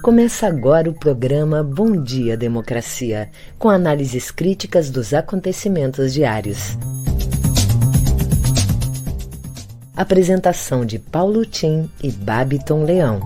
Começa agora o programa Bom Dia Democracia, com análises críticas dos acontecimentos diários. Apresentação de Paulo Tim e Babiton Leão.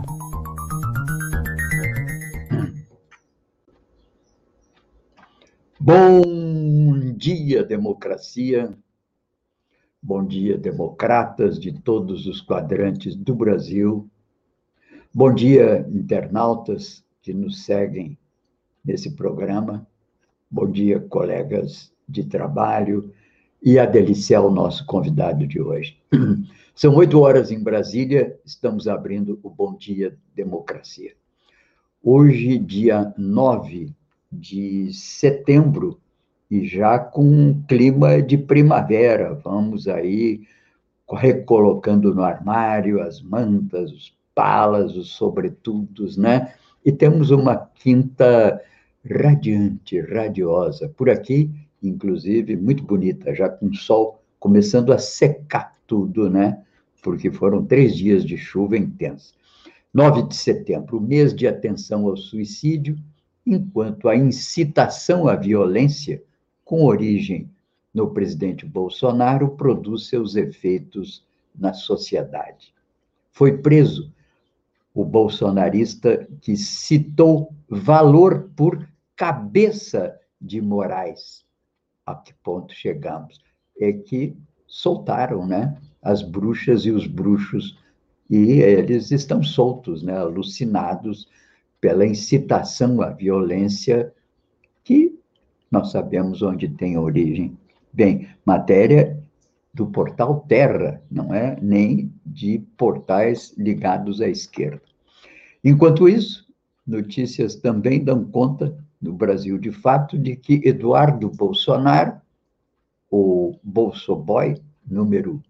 Bom dia, democracia. Bom dia, democratas de todos os quadrantes do Brasil. Bom dia, internautas que nos seguem nesse programa. Bom dia, colegas de trabalho e a Deliciel, o nosso convidado de hoje. São 8 horas em Brasília, estamos abrindo o Bom Dia Democracia. Hoje, dia 9 de setembro, e já com um clima de primavera, vamos aí recolocando no armário as mantas, os palas, os sobretudos, né? E temos uma quinta radiante, radiosa, por aqui, inclusive, muito bonita, já com o sol começando a secar tudo, né? Porque foram 3 dias de chuva intensa. 9 de setembro, o mês de atenção ao suicídio, enquanto a incitação à violência, com origem no presidente Bolsonaro, produz seus efeitos na sociedade. Foi preso o bolsonarista que citou valor por cabeça de Moraes. A que ponto chegamos? É que soltaram, né, as bruxas e os bruxos, e eles estão soltos, né, alucinados pela incitação à violência que nós sabemos onde tem origem. Bem, matéria do portal Terra, não é nem de portais ligados à esquerda. Enquanto isso, notícias também dão conta, no Brasil de fato, de que Eduardo Bolsonaro, o Bolsoboy, número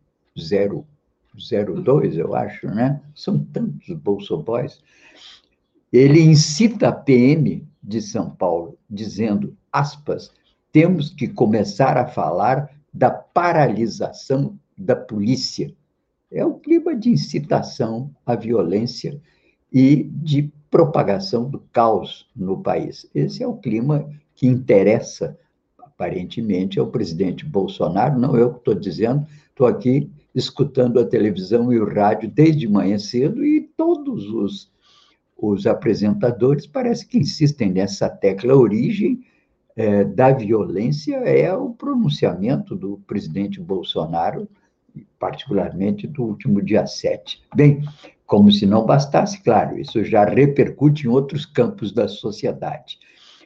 002, eu acho, né? São tantos Bolsoboys. Ele incita a PM de São Paulo, dizendo, aspas, temos que começar a falar da paralisação da polícia. É o clima de incitação à violência e de propagação do caos no país. Esse é o clima que interessa, aparentemente, ao presidente Bolsonaro. Não eu que estou dizendo, estou aqui escutando a televisão e o rádio desde manhã cedo e todos os apresentadores parece que insistem nessa tecla. A origem da violência é o pronunciamento do presidente Bolsonaro, particularmente do último dia 7. Bem, como se não bastasse, claro, isso já repercute em outros campos da sociedade.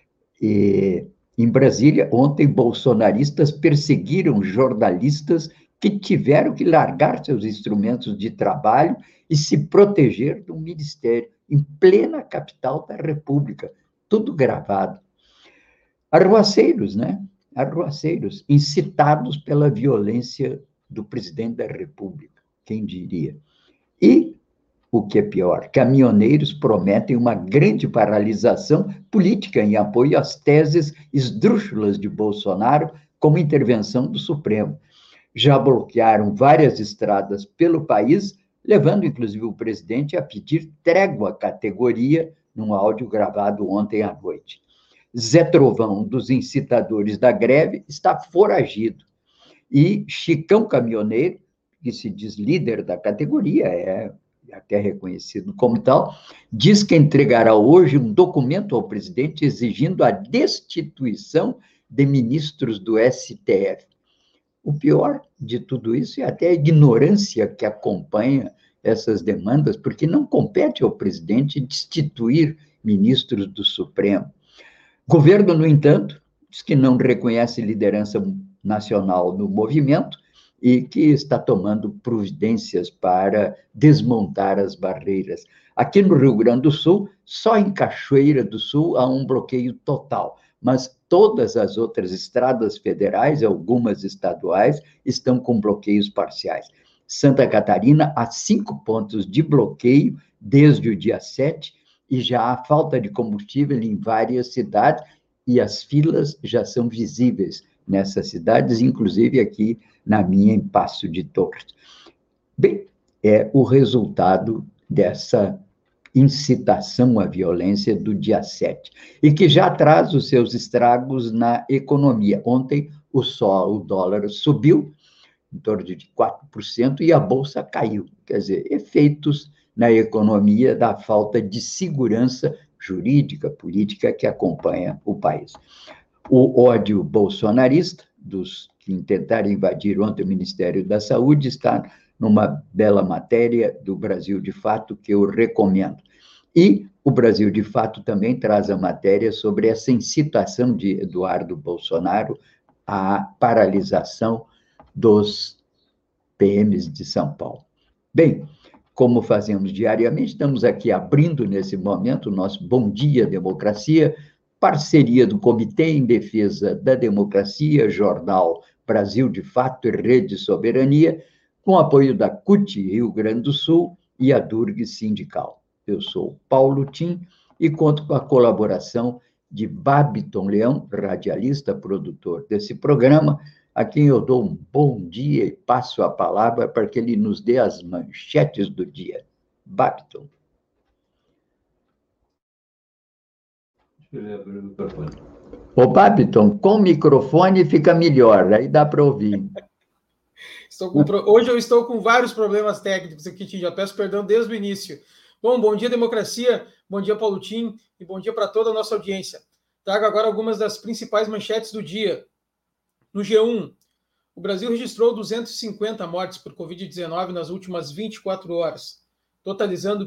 E, em Brasília, ontem, bolsonaristas perseguiram jornalistas que tiveram que largar seus instrumentos de trabalho e se proteger do ministério, em plena capital da República, tudo gravado. Arruaceiros, né? Arruaceiros, incitados pela violência do presidente da República, quem diria? E, o que é pior, caminhoneiros prometem uma grande paralisação política em apoio às teses esdrúxulas de Bolsonaro, como intervenção do Supremo. Já bloquearam várias estradas pelo país, levando, inclusive, o presidente a pedir trégua à categoria num áudio gravado ontem à noite. Zé Trovão, dos incitadores da greve, está foragido. E Chicão Caminhoneiro, que se diz líder da categoria, é até reconhecido como tal, diz que entregará hoje um documento ao presidente exigindo a destituição de ministros do STF. O pior de tudo isso é até a ignorância que acompanha essas demandas, porque não compete ao presidente destituir ministros do Supremo. O governo, no entanto, diz que não reconhece liderança nacional no movimento e que está tomando providências para desmontar as barreiras. Aqui no Rio Grande do Sul, só em Cachoeira do Sul há um bloqueio total, mas todas as outras estradas federais, algumas estaduais, estão com bloqueios parciais. Santa Catarina, há 5 pontos de bloqueio desde o dia 7, e já há falta de combustível em várias cidades, e as filas já são visíveis nessas cidades, inclusive aqui na minha, em Passo de Torres. Bem, é o resultado dessa incitação à violência do dia 7, e que já traz os seus estragos na economia. Ontem, o dólar subiu em torno de 4% e a Bolsa caiu. Quer dizer, efeitos na economia da falta de segurança jurídica, política que acompanha o país. O ódio bolsonarista, dos que tentaram invadir ontem o Ministério da Saúde, está numa bela matéria do Brasil de Fato, que eu recomendo. E o Brasil de Fato também traz a matéria sobre essa incitação de Eduardo Bolsonaro à paralisação dos PMs de São Paulo. Bem, como fazemos diariamente, estamos aqui abrindo nesse momento o nosso Bom Dia Democracia, parceria do Comitê em Defesa da Democracia, jornal Brasil de Fato e Rede Soberania, com apoio da CUT Rio Grande do Sul e a Durg Sindical. Eu sou Paulo Tim e conto com a colaboração de Babiton Leão, radialista, produtor desse programa, a quem eu dou um bom dia e passo a palavra para que ele nos dê as manchetes do dia. Babiton. Ô, Babiton, com o microfone fica melhor, aí dá para ouvir. Hoje eu estou com vários problemas técnicos aqui, Tim, já peço perdão desde o início. Bom dia, democracia, bom dia, Paulo Tim, e bom dia para toda a nossa audiência. Trago agora algumas das principais manchetes do dia. No G1, o Brasil registrou 250 mortes por Covid-19 nas últimas 24 horas, totalizando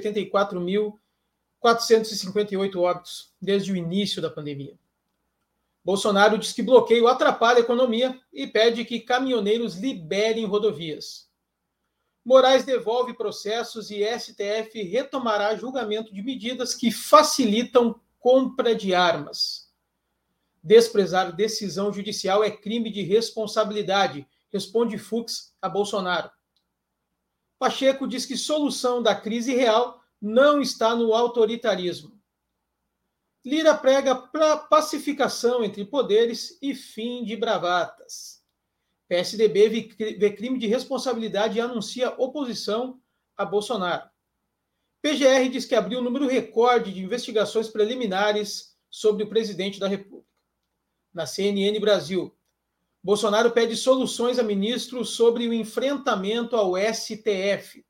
584.458 óbitos desde o início da pandemia. Bolsonaro diz que bloqueio atrapalha a economia e pede que caminhoneiros liberem rodovias. Moraes devolve processos e STF retomará julgamento de medidas que facilitam compra de armas. Desprezar decisão judicial é crime de responsabilidade, responde Fux a Bolsonaro. Pacheco diz que solução da crise real não está no autoritarismo. Lira prega pacificação entre poderes e fim de bravatas. PSDB vê crime de responsabilidade e anuncia oposição a Bolsonaro. PGR diz que abriu um número recorde de investigações preliminares sobre o presidente da República. Na CNN Brasil, Bolsonaro pede soluções a ministros sobre o enfrentamento ao STF.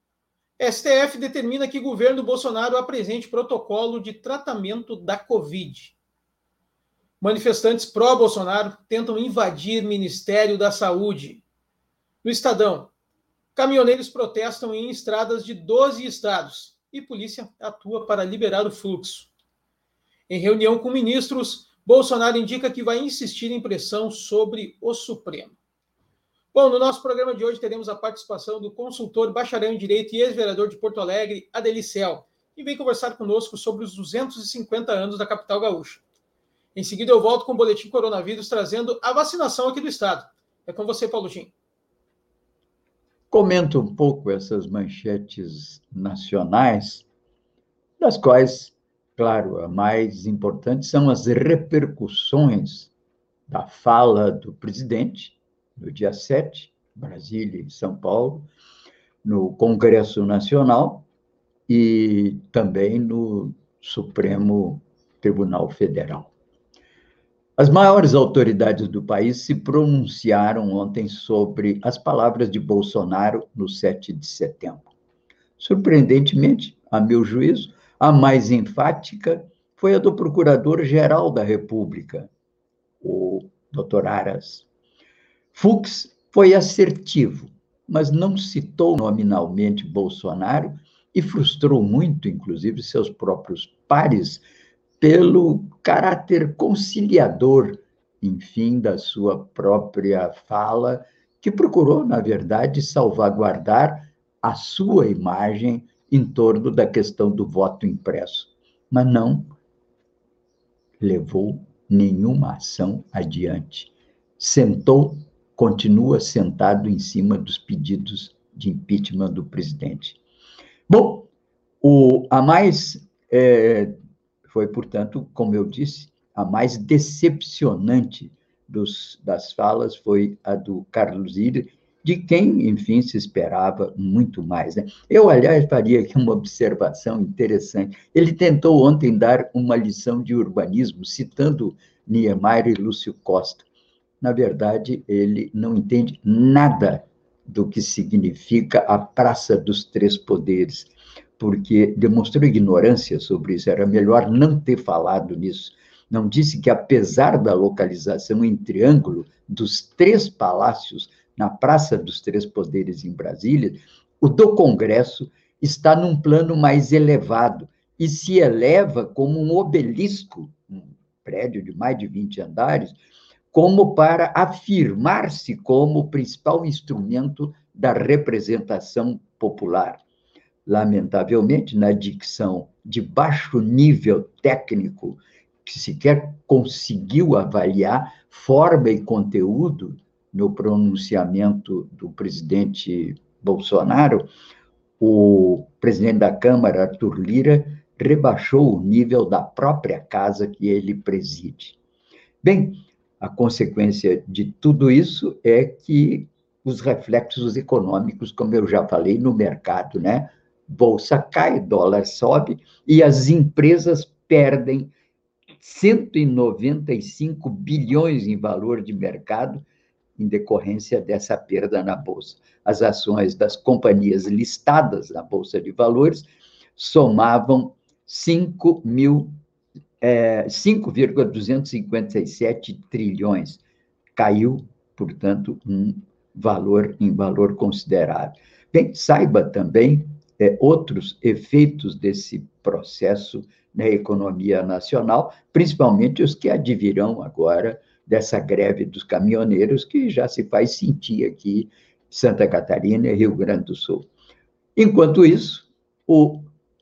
STF determina que o governo Bolsonaro apresente protocolo de tratamento da Covid. Manifestantes pró-Bolsonaro tentam invadir Ministério da Saúde. No Estadão, caminhoneiros protestam em estradas de 12 estados e polícia atua para liberar o fluxo. Em reunião com ministros, Bolsonaro indica que vai insistir em pressão sobre o Supremo. Bom, no nosso programa de hoje teremos a participação do consultor, bacharel em Direito e ex-vereador de Porto Alegre, Adelicel, que vem conversar conosco sobre os 250 anos da capital gaúcha. Em seguida eu volto com o Boletim Coronavírus, trazendo a vacinação aqui do estado. É com você, Paulo Tim. Comento um pouco essas manchetes nacionais, das quais, claro, a mais importante são as repercussões da fala do presidente, no dia 7, Brasília e São Paulo, no Congresso Nacional e também no Supremo Tribunal Federal. As maiores autoridades do país se pronunciaram ontem sobre as palavras de Bolsonaro no 7 de setembro. Surpreendentemente, a meu juízo, a mais enfática foi a do Procurador-Geral da República, o Dr. Aras. Fux foi assertivo, mas não citou nominalmente Bolsonaro e frustrou muito, inclusive, seus próprios pares pelo caráter conciliador, enfim, da sua própria fala, que procurou, na verdade, salvaguardar a sua imagem em torno da questão do voto impresso, mas não levou nenhuma ação adiante. Continua sentado em cima dos pedidos de impeachment do presidente. Bom, a mais foi, portanto, como eu disse, a mais decepcionante das falas foi a do Carlos de quem, enfim, se esperava muito mais, né? Eu, aliás, faria aqui uma observação interessante. Ele tentou ontem dar uma lição de urbanismo, citando Niemeyer e Lúcio Costa. Na verdade, ele não entende nada do que significa a Praça dos Três Poderes, porque demonstrou ignorância sobre isso. Era melhor não ter falado nisso. Não disse que, apesar da localização em triângulo dos três palácios na Praça dos Três Poderes em Brasília, o do Congresso está num plano mais elevado e se eleva como um obelisco, um prédio de mais de 20 andares, como para afirmar-se como o principal instrumento da representação popular. Lamentavelmente, na dicção de baixo nível técnico, que sequer conseguiu avaliar forma e conteúdo no pronunciamento do presidente Bolsonaro, o presidente da Câmara, Arthur Lira, rebaixou o nível da própria casa que ele preside. Bem, a consequência de tudo isso é que os reflexos econômicos, como eu já falei, no mercado, né? Bolsa cai, dólar sobe e as empresas perdem 195 bilhões em valor de mercado em decorrência dessa perda na Bolsa. As ações das companhias listadas na Bolsa de Valores somavam 5,257 trilhões. Caiu, portanto, em valor considerável. Bem, saiba também outros efeitos desse processo na economia nacional, principalmente os que advirão agora dessa greve dos caminhoneiros, que já se faz sentir aqui em Santa Catarina e Rio Grande do Sul. Enquanto isso, o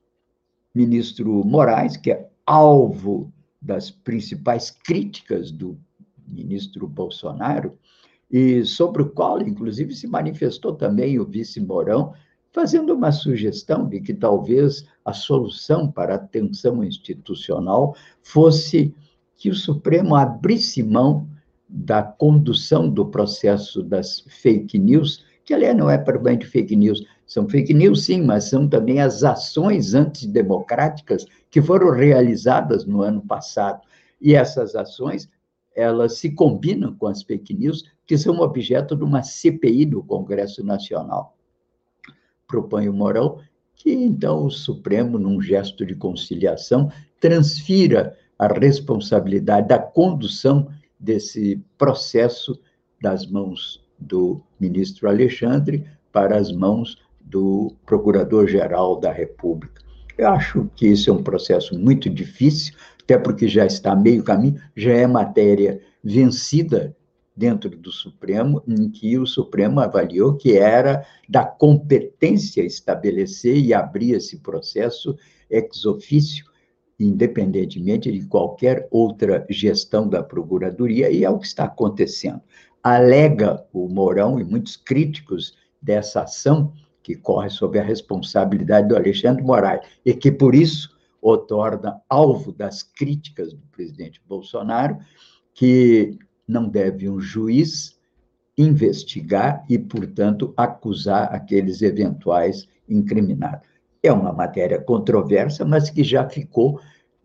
ministro Moraes, que é alvo das principais críticas do ministro Bolsonaro, e sobre o qual, inclusive, se manifestou também o vice Mourão, fazendo uma sugestão de que talvez a solução para a tensão institucional fosse que o Supremo abrisse mão da condução do processo das fake news, que, aliás, não é propriamente fake news, são fake news, sim, mas são também as ações antidemocráticas que foram realizadas no ano passado. E essas ações, elas se combinam com as fake news, que são objeto de uma CPI do Congresso Nacional. Propõe o Mourão que, então, o Supremo, num gesto de conciliação, transfira a responsabilidade da condução desse processo das mãos do ministro Alexandre para as mãos do Procurador-Geral da República. Eu acho que esse é um processo muito difícil, até porque já está a meio caminho, já é matéria vencida dentro do Supremo, em que o Supremo avaliou que era da competência estabelecer e abrir esse processo ex officio, independentemente de qualquer outra gestão da Procuradoria, e é o que está acontecendo. Alega o Mourão e muitos críticos dessa ação, que corre sob a responsabilidade do Alexandre Moraes, e que, por isso, o torna alvo das críticas do presidente Bolsonaro, que não deve um juiz investigar e, portanto, acusar aqueles eventuais incriminados. É uma matéria controversa, mas que já ficou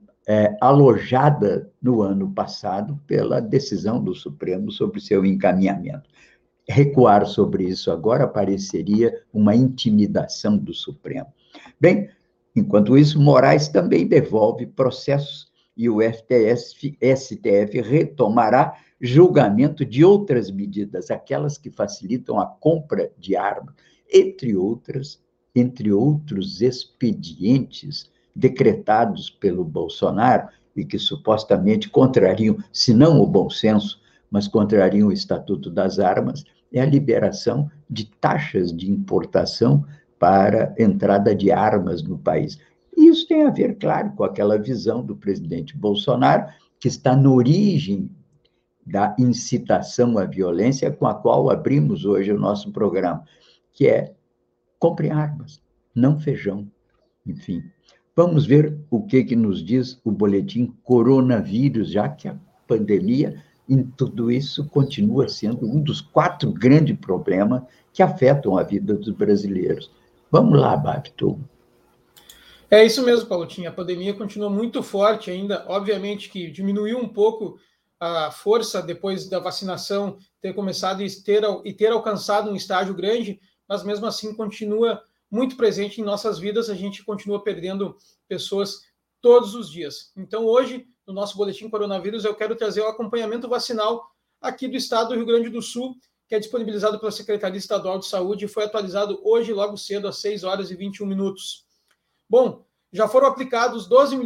alojada no ano passado pela decisão do Supremo sobre seu encaminhamento. Recuar sobre isso agora pareceria uma intimidação do Supremo. Bem, enquanto isso, Moraes também devolve processos e o STF retomará julgamento de outras medidas, aquelas que facilitam a compra de armas, entre outros expedientes decretados pelo Bolsonaro e que supostamente contrariam, se não o bom senso, mas contrariam o Estatuto das Armas, é a liberação de taxas de importação para entrada de armas no país. E isso tem a ver, claro, com aquela visão do presidente Bolsonaro, que está na origem da incitação à violência com a qual abrimos hoje o nosso programa, que é compre armas, não feijão. Enfim, vamos ver o que nos diz o boletim coronavírus, já que a pandemia em tudo isso, continua sendo um dos 4 grandes problemas que afetam a vida dos brasileiros. Vamos lá, Babito. É isso mesmo, Paulotinho. A pandemia continua muito forte ainda. Obviamente que diminuiu um pouco a força depois da vacinação ter começado e ter alcançado um estágio grande, mas mesmo assim continua muito presente em nossas vidas. A gente continua perdendo pessoas todos os dias. Então, hoje, no nosso Boletim Coronavírus, eu quero trazer o acompanhamento vacinal aqui do estado do Rio Grande do Sul, que é disponibilizado pela Secretaria Estadual de Saúde e foi atualizado hoje, logo cedo, às 6 horas e 21 minutos. Bom, já foram aplicados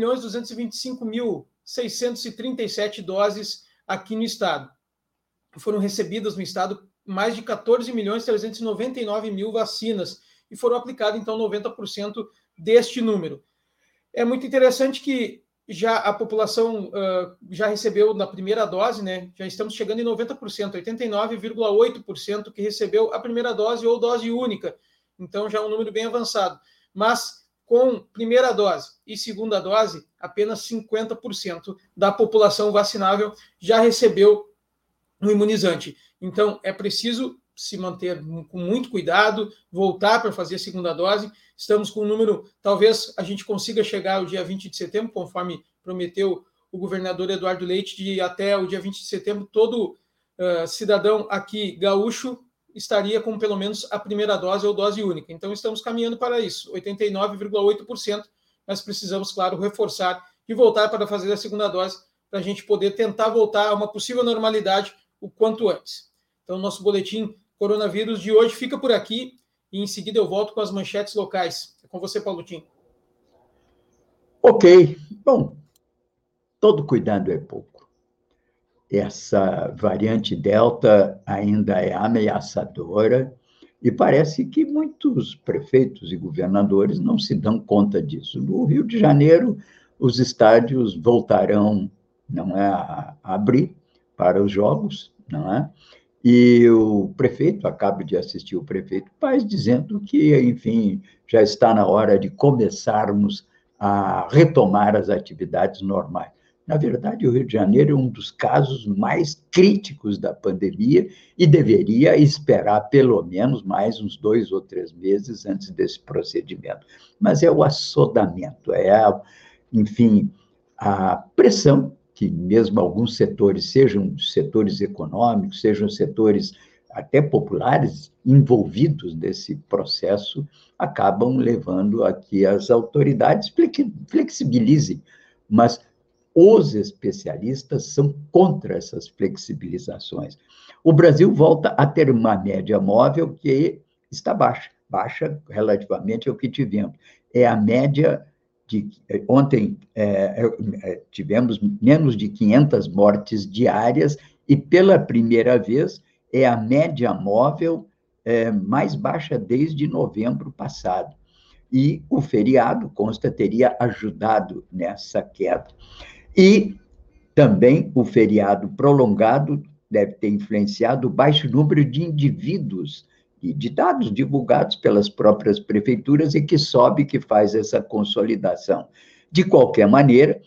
12.225.637 doses aqui no estado. Foram recebidas no estado mais de 14.399.000 vacinas e foram aplicadas, então, 90% deste número. É muito interessante que já a população já recebeu na primeira dose, né? Já estamos chegando em 90%, 89,8% que recebeu a primeira dose ou dose única. Então, já é um número bem avançado. Mas, com primeira dose e segunda dose, apenas 50% da população vacinável já recebeu um imunizante. Então, é preciso se manter com muito cuidado, voltar para fazer a segunda dose. Estamos com um número, talvez a gente consiga chegar ao dia 20 de setembro, conforme prometeu o governador Eduardo Leite, de até o dia 20 de setembro, todo cidadão aqui gaúcho estaria com pelo menos a primeira dose ou dose única. Então, estamos caminhando para isso, 89,8%, mas precisamos, claro, reforçar e voltar para fazer a segunda dose, para a gente poder tentar voltar a uma possível normalidade o quanto antes. Então, nosso boletim coronavírus de hoje fica por aqui e em seguida eu volto com as manchetes locais. É com você, Paulotinho. Ok. Bom, todo cuidado é pouco. Essa variante Delta ainda é ameaçadora e parece que muitos prefeitos e governadores não se dão conta disso. No Rio de Janeiro, os estádios voltarão, não é, a abrir para os jogos, não é? E o prefeito, acabo de assistir o prefeito Paes dizendo que, enfim, já está na hora de começarmos a retomar as atividades normais. Na verdade, o Rio de Janeiro é um dos casos mais críticos da pandemia e deveria esperar pelo menos mais uns 2 ou 3 meses antes desse procedimento. Mas é o assodamento, enfim, a pressão que mesmo alguns setores, sejam setores econômicos, sejam setores até populares, envolvidos nesse processo, acabam levando a que as autoridades flexibilizem, mas os especialistas são contra essas flexibilizações. O Brasil volta a ter uma média móvel que está baixa relativamente ao que tivemos. É a média ontem tivemos menos de 500 mortes diárias e, pela primeira vez, é a média móvel mais baixa desde novembro passado. E o feriado, consta, teria ajudado nessa queda. E também o feriado prolongado deve ter influenciado o baixo número de indivíduos e de dados divulgados pelas próprias prefeituras e que sobe, que faz essa consolidação. De qualquer maneira,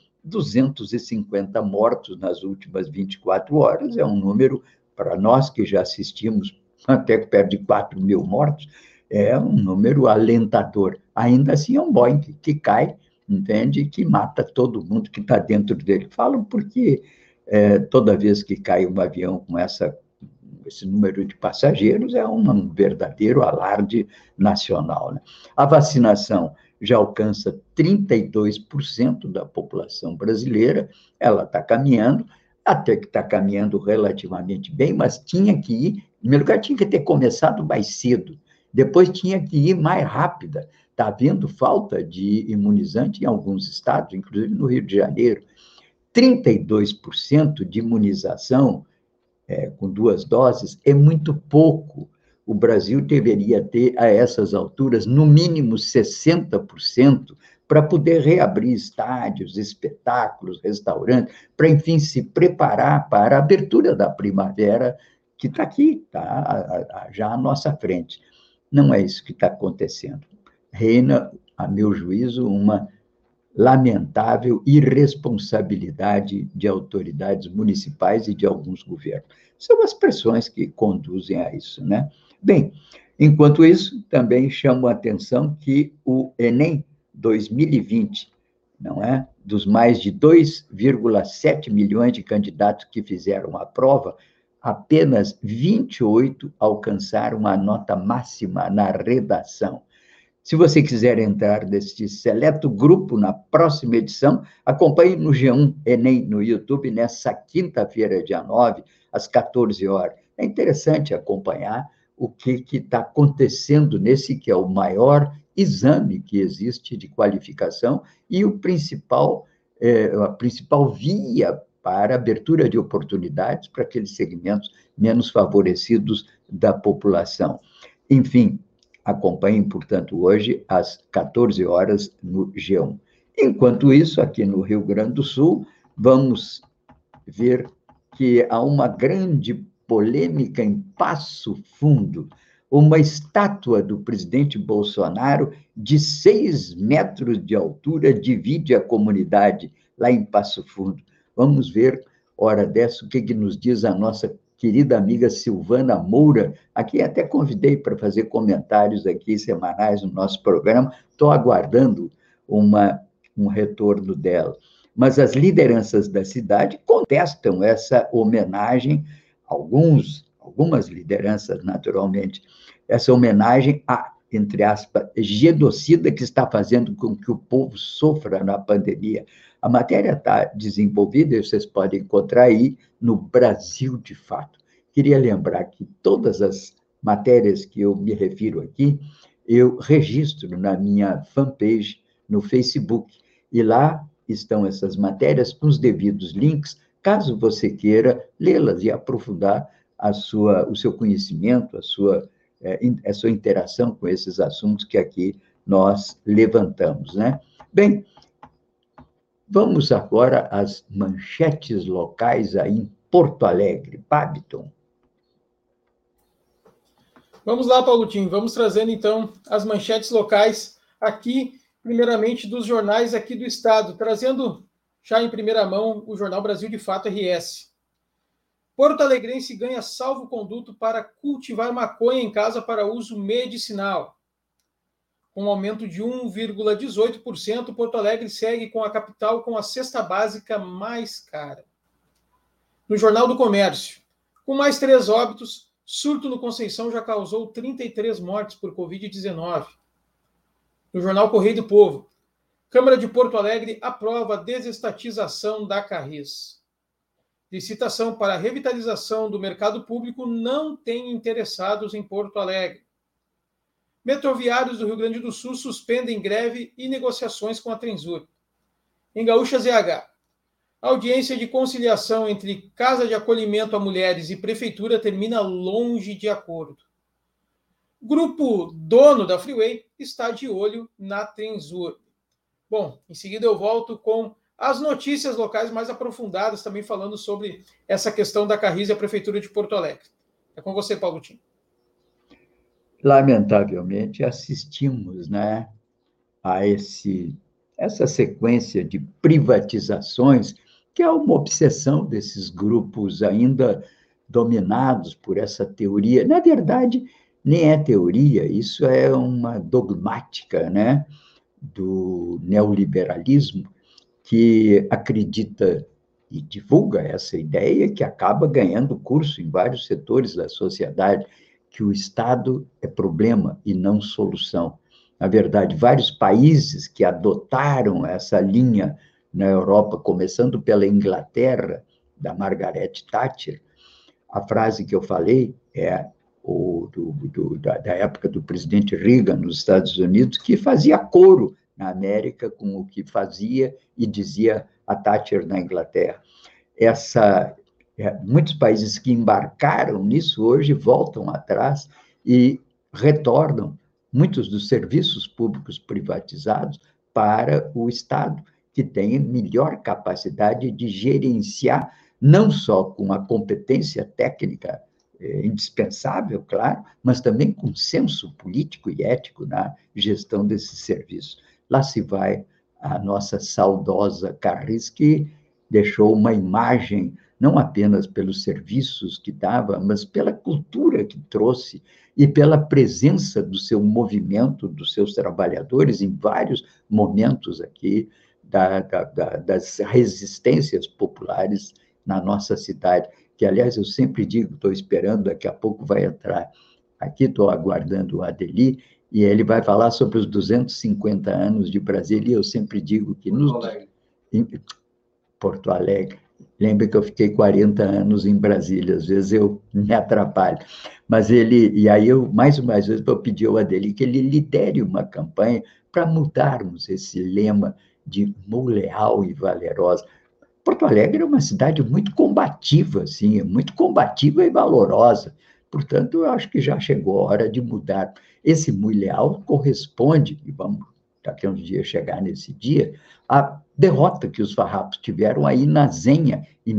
250 mortos nas últimas 24 horas é um número, para nós que já assistimos até perto de 4 mil mortos, é um número alentador. Ainda assim, é um Boeing que cai, entende? Que mata todo mundo que está dentro dele. Falo porque toda vez que cai um avião com esse número de passageiros, é um verdadeiro alarde nacional, né? A vacinação já alcança 32% da população brasileira, ela está caminhando, até que está caminhando relativamente bem, mas tinha que ir, em primeiro lugar, tinha que ter começado mais cedo, depois tinha que ir mais rápida. Está havendo falta de imunizante em alguns estados, inclusive no Rio de Janeiro. 32% de imunização com 2 doses é muito pouco. O Brasil deveria ter, a essas alturas, no mínimo 60%, para poder reabrir estádios, espetáculos, restaurantes, para, enfim, se preparar para a abertura da primavera, que está aqui, está já à nossa frente. Não é isso que está acontecendo. Reina, a meu juízo, uma lamentável irresponsabilidade de autoridades municipais e de alguns governos. São as pressões que conduzem a isso, né? Bem, enquanto isso, também chamo a atenção que o Enem 2020, não é? Dos mais de 2,7 milhões de candidatos que fizeram a prova, apenas 28 alcançaram a nota máxima na redação. Se você quiser entrar neste seleto grupo na próxima edição, acompanhe no G1 Enem no YouTube nessa quinta-feira, dia 9, às 14 horas. É interessante acompanhar o que está acontecendo nesse que é o maior exame que existe de qualificação e a principal via para abertura de oportunidades para aqueles segmentos menos favorecidos da população. Enfim, acompanhem, portanto, hoje, às 14 horas, no G1. Enquanto isso, aqui no Rio Grande do Sul, vamos ver que há uma grande polêmica em Passo Fundo. Uma estátua do presidente Bolsonaro de 6 metros de altura divide a comunidade lá em Passo Fundo. Vamos ver, hora dessa, o que nos diz a nossa querida amiga Silvana Moura. Aqui até convidei para fazer comentários aqui semanais no nosso programa. Estou aguardando um retorno dela. Mas as lideranças da cidade contestam essa homenagem, algumas lideranças, naturalmente, essa homenagem a, entre aspas, genocida que está fazendo com que o povo sofra na pandemia. A matéria está desenvolvida e vocês podem encontrar aí no Brasil de Fato. Queria lembrar que todas as matérias que eu me refiro aqui, eu registro na minha fanpage no Facebook, e lá estão essas matérias com os devidos links, caso você queira lê-las e aprofundar o seu conhecimento, a sua interação com esses assuntos que aqui nós levantamos, né? Bem, vamos agora às manchetes locais aí em Porto Alegre. Babiton. Vamos lá, Paulotinho. Vamos trazendo, então, as manchetes locais aqui, primeiramente, dos jornais aqui do estado, trazendo já em primeira mão o jornal Brasil de Fato RS. Porto Alegrense ganha salvo-conduto para cultivar maconha em casa para uso medicinal. Com um aumento de 1,18%, Porto Alegre segue com a capital com a cesta básica mais cara. No Jornal do Comércio, com mais 3 óbitos, surto no Conceição já causou 33 mortes por Covid-19. No Jornal Correio do Povo, Câmara de Porto Alegre aprova a desestatização da Carris. Licitação para a revitalização do mercado público não tem interessados em Porto Alegre. Metroviários do Rio Grande do Sul suspendem greve e negociações com a Trensur. Em Gaúcha ZH, audiência de conciliação entre Casa de Acolhimento a Mulheres e Prefeitura termina longe de acordo. Grupo dono da Freeway está de olho na Trensur. Bom, em seguida eu volto com as notícias locais mais aprofundadas, também falando sobre essa questão da Carris e a Prefeitura de Porto Alegre. É com você, Paulo Tim. Lamentavelmente, assistimos, né, a essa sequência de privatizações, que é uma obsessão desses grupos ainda dominados por essa teoria. Na verdade, nem é teoria, isso é uma dogmática, né, do neoliberalismo, que acredita e divulga essa ideia, que acaba ganhando curso em vários setores da sociedade, que o Estado é problema e não solução. Na verdade, vários países que adotaram essa linha na Europa, começando pela Inglaterra, da Margaret Thatcher, a frase que eu falei é da época do presidente Reagan nos Estados Unidos, que fazia coro na América com o que fazia e dizia a Thatcher na Inglaterra. Muitos países que embarcaram nisso hoje voltam atrás e retornam muitos dos serviços públicos privatizados para o Estado, que tem melhor capacidade de gerenciar, não só com a competência técnica indispensável, claro, mas também com senso político e ético na gestão desses serviços. Lá se vai a nossa saudosa Carris, que deixou uma imagem, não apenas pelos serviços que dava, mas pela cultura que trouxe e pela presença do seu movimento, dos seus trabalhadores, em vários momentos aqui das resistências populares na nossa cidade, que, aliás, eu sempre digo, estou esperando, daqui a pouco vai entrar aqui, estou aguardando o Adeli, e ele vai falar sobre os 250 anos de Brasília, e eu sempre digo que em Porto Alegre. Lembra que eu fiquei 40 anos em Brasília, às vezes eu me atrapalho. Mas e aí eu, mais uma vez, vou pedir ao Adeli que ele lidere uma campanha para mudarmos esse lema de leal e valerosa. Porto Alegre é uma cidade muito combativa, assim, muito combativa e valorosa. Portanto, eu acho que já chegou a hora de mudar. Esse muito leal corresponde, e vamos daqui a uns dias chegar nesse dia, à derrota que os farrapos tiveram aí na Zenha, em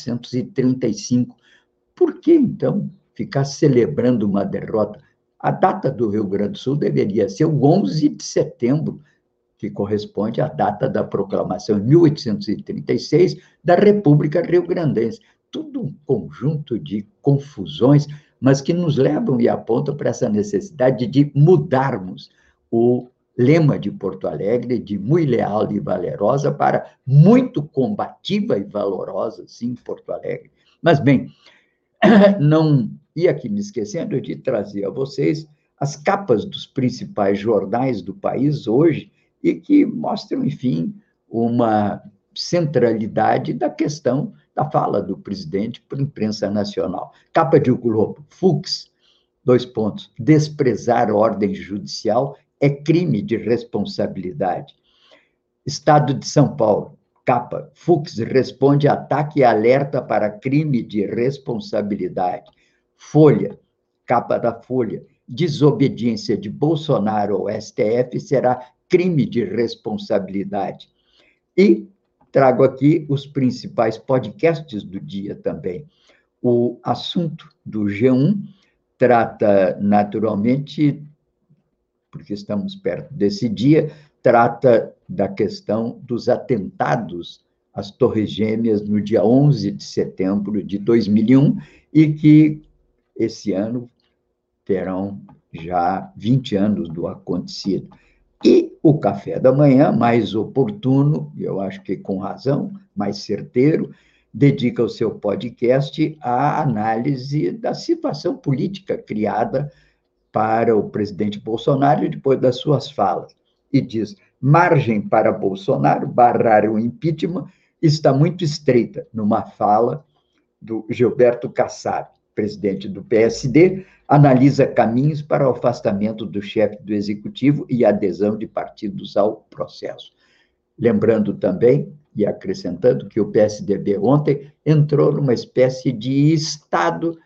1935. Por que, então, ficar celebrando uma derrota? A data do Rio Grande do Sul deveria ser o 11 de setembro, que corresponde à data da proclamação, em 1836, da República Rio-Grandense. Tudo um conjunto de confusões, mas que nos levam e apontam para essa necessidade de mudarmos o lema de Porto Alegre, de muito leal e valerosa, para muito combativa e valorosa, sim, Porto Alegre. Mas, bem, não ia aqui me esquecendo de trazer a vocês as capas dos principais jornais do país hoje, e que mostram, enfim, uma centralidade da questão da fala do presidente para a imprensa nacional. Capa de O Globo, Fux, 2 pontos, desprezar ordem judicial é crime de responsabilidade. Estado de São Paulo, capa, Fux responde ataque e alerta para crime de responsabilidade. Folha, capa da Folha, desobediência de Bolsonaro ao STF será crime de responsabilidade. E trago aqui os principais podcasts do dia também. O assunto do G1 trata, naturalmente, porque estamos perto desse dia, trata da questão dos atentados às Torres Gêmeas no dia 11 de setembro de 2001, e que esse ano terão já 20 anos do acontecido. E o café da manhã, mais oportuno, e eu acho que com razão, mais certeiro, dedica o seu podcast à análise da situação política criada para o presidente Bolsonaro depois das suas falas. E diz: margem para Bolsonaro barrar o impeachment está muito estreita, numa fala do Gilberto Kassab, presidente do PSD, analisa caminhos para o afastamento do chefe do executivo e adesão de partidos ao processo. Lembrando também, e acrescentando, que o PSDB ontem entrou numa espécie de estado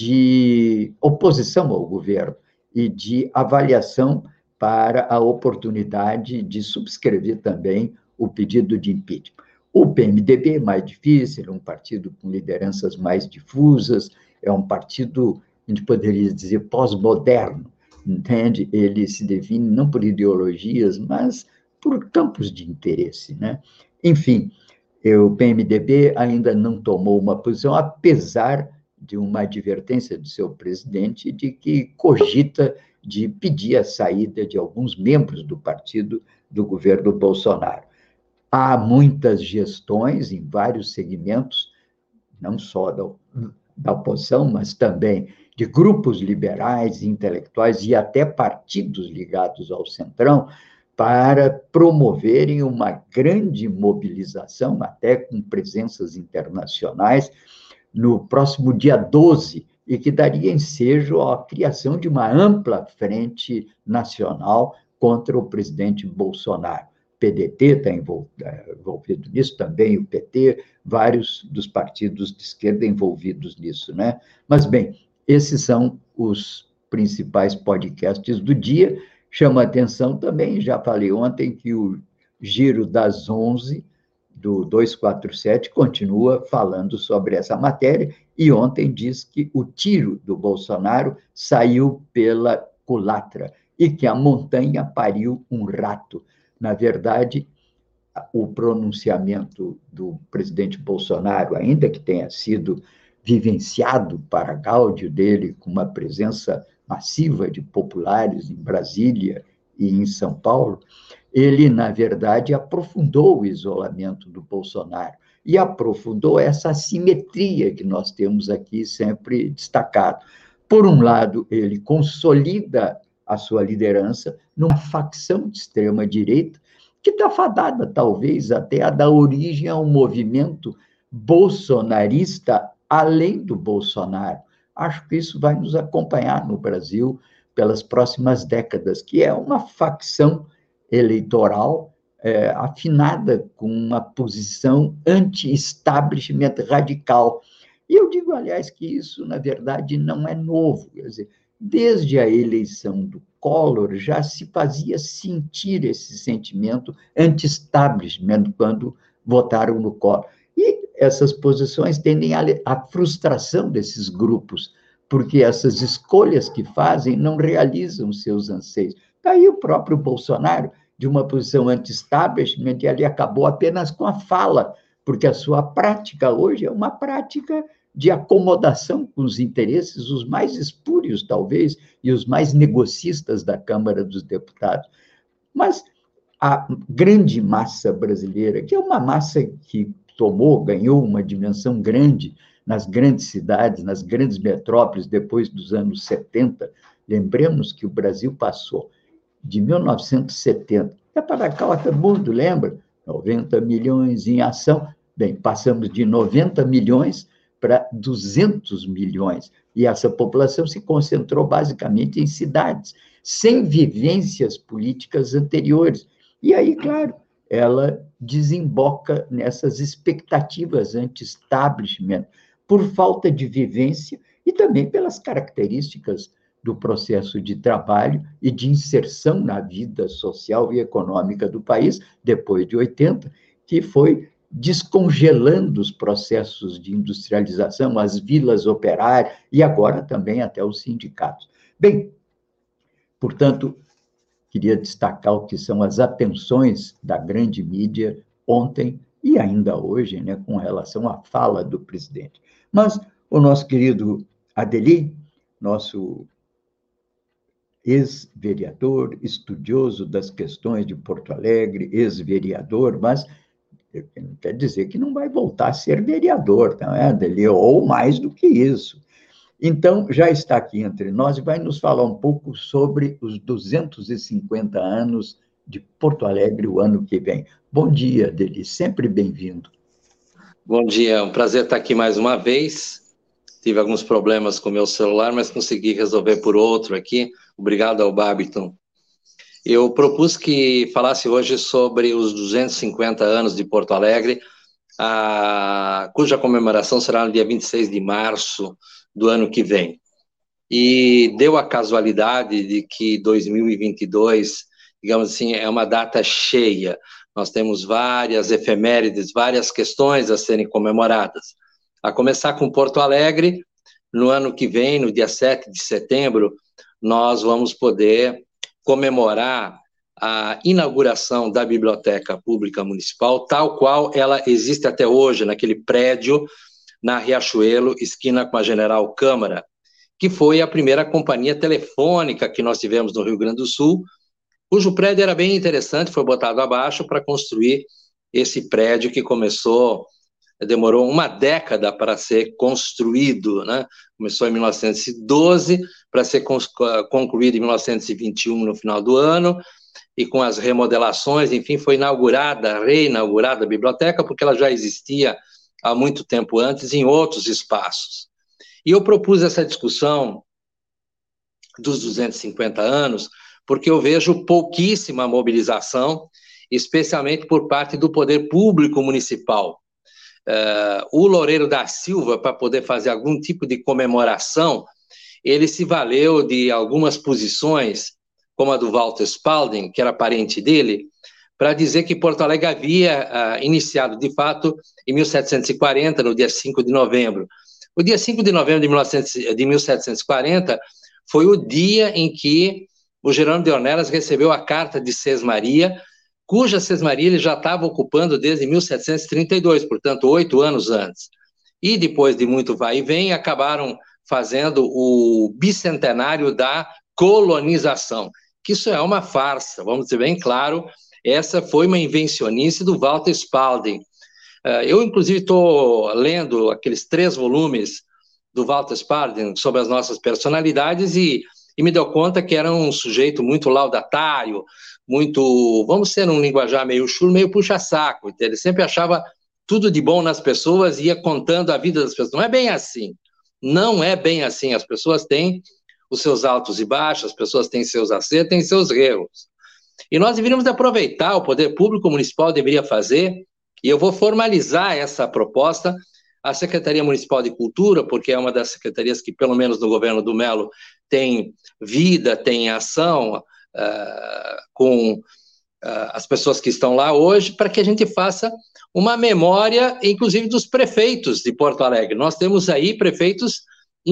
de oposição ao governo e de avaliação para a oportunidade de subscrever também o pedido de impeachment. O PMDB é mais difícil, é um partido com lideranças mais difusas, é um partido, a gente poderia dizer, pós-moderno, entende? Ele se define não por ideologias, mas por campos de interesse, né? Enfim, o PMDB ainda não tomou uma posição, apesar de uma advertência do seu presidente de que cogita de pedir a saída de alguns membros do partido do governo Bolsonaro. Há muitas gestões em vários segmentos, não só da oposição, mas também de grupos liberais, intelectuais e até partidos ligados ao Centrão, para promoverem uma grande mobilização, até com presenças internacionais, no próximo dia 12, e que daria ensejo à criação de uma ampla frente nacional contra o presidente Bolsonaro. O PDT está envolvido nisso, também o PT, vários dos partidos de esquerda envolvidos nisso, né? Mas, bem, esses são os principais podcasts do dia. Chama atenção também, já falei ontem, que o Giro das 11, do 247, continua falando sobre essa matéria, e ontem diz que o tiro do Bolsonaro saiu pela culatra, e que a montanha pariu um rato. Na verdade, o pronunciamento do presidente Bolsonaro, ainda que tenha sido vivenciado para gáudio dele, com uma presença massiva de populares em Brasília e em São Paulo, ele, na verdade, aprofundou o isolamento do Bolsonaro e aprofundou essa assimetria que nós temos aqui sempre destacado. Por um lado, ele consolida a sua liderança numa facção de extrema-direita que está fadada, talvez, até a dar origem a um movimento bolsonarista além do Bolsonaro. Acho que isso vai nos acompanhar no Brasil pelas próximas décadas, que é uma facção eleitoral afinada com uma posição anti-establishment radical. E eu digo, aliás, que isso, na verdade, não é novo. Quer dizer, desde a eleição do Collor, já se fazia sentir esse sentimento anti-establishment quando votaram no Collor. E essas posições tendem à frustração desses grupos, porque essas escolhas que fazem não realizam seus anseios. Daí o próprio Bolsonaro, de uma posição anti-establishment, ele acabou apenas com a fala, porque a sua prática hoje é uma prática de acomodação com os interesses, os mais espúrios, talvez, e os mais negocistas da Câmara dos Deputados. Mas a grande massa brasileira, que é uma massa que ganhou uma dimensão grande nas grandes cidades, nas grandes metrópoles, depois dos anos 70, lembremos que o Brasil passou de 1970 até para cá, todo mundo lembra, 90 milhões em ação, bem, passamos de 90 milhões para 200 milhões, e essa população se concentrou basicamente em cidades, sem vivências políticas anteriores. E aí, claro, ela desemboca nessas expectativas anti-establishment, por falta de vivência e também pelas características do processo de trabalho e de inserção na vida social e econômica do país, depois de 80, que foi descongelando os processos de industrialização, as vilas operárias e agora também até os sindicatos. Bem, portanto, queria destacar o que são as atenções da grande mídia ontem e ainda hoje, né, com relação à fala do presidente. Mas o nosso querido Adeli, nosso ex-vereador, estudioso das questões de Porto Alegre, ex-vereador, mas não quer dizer que não vai voltar a ser vereador, não é, Adeli? Ou mais do que isso. Então, já está aqui entre nós e vai nos falar um pouco sobre os 250 anos de Porto Alegre o ano que vem. Bom dia, Adeli, sempre bem-vindo. Bom dia, é um prazer estar aqui mais uma vez. Tive alguns problemas com o meu celular, mas consegui resolver por outro aqui. Obrigado ao Babiton. Eu propus que falasse hoje sobre os 250 anos de Porto Alegre, cuja comemoração será no dia 26 de março do ano que vem. E deu a casualidade de que 2022, digamos assim, é uma data cheia. Nós temos várias efemérides, várias questões a serem comemoradas. A começar com Porto Alegre, no ano que vem, no dia 7 de setembro, nós vamos poder comemorar a inauguração da Biblioteca Pública Municipal, tal qual ela existe até hoje, naquele prédio na Riachuelo, esquina com a General Câmara, que foi a primeira companhia telefônica que nós tivemos no Rio Grande do Sul, cujo prédio era bem interessante, foi botado abaixo para construir esse prédio que demorou uma década para ser construído, né? Começou em 1912, para ser concluído em 1921, no final do ano, e com as remodelações, enfim, foi reinaugurada a biblioteca, porque ela já existia há muito tempo antes em outros espaços. E eu propus essa discussão dos 250 anos, porque eu vejo pouquíssima mobilização, especialmente por parte do poder público municipal. O Loureiro da Silva, para poder fazer algum tipo de comemoração, ele se valeu de algumas posições, como a do Walter Spalding, que era parente dele, para dizer que Porto Alegre havia iniciado, de fato, em 1740, no dia 5 de novembro. O dia 5 de novembro de 1740 foi o dia em que o Jerônimo de Ornelas recebeu a carta de Sesmaria, cuja sesmaria ele já estava ocupando desde 1732, portanto, 8 anos antes. E depois de muito vai e vem, acabaram fazendo o bicentenário da colonização, que isso é uma farsa, vamos dizer bem claro, essa foi uma invencionice do Walter Spalding. Eu, inclusive, estou lendo aqueles 3 volumes do Walter Spalding sobre as nossas personalidades e me deu conta que era um sujeito muito laudatário, muito, vamos ser um linguajar meio chulo, meio puxa-saco. Ele sempre achava tudo de bom nas pessoas e ia contando a vida das pessoas. Não é bem assim. Não é bem assim. As pessoas têm os seus altos e baixos, as pessoas têm seus acertos, têm seus erros. E nós deveríamos aproveitar, o poder público municipal deveria fazer, e eu vou formalizar essa proposta, a Secretaria Municipal de Cultura, porque é uma das secretarias que, pelo menos no governo do Melo, tem vida, tem ação com as pessoas que estão lá hoje, para que a gente faça uma memória, inclusive, dos prefeitos de Porto Alegre. Nós temos aí prefeitos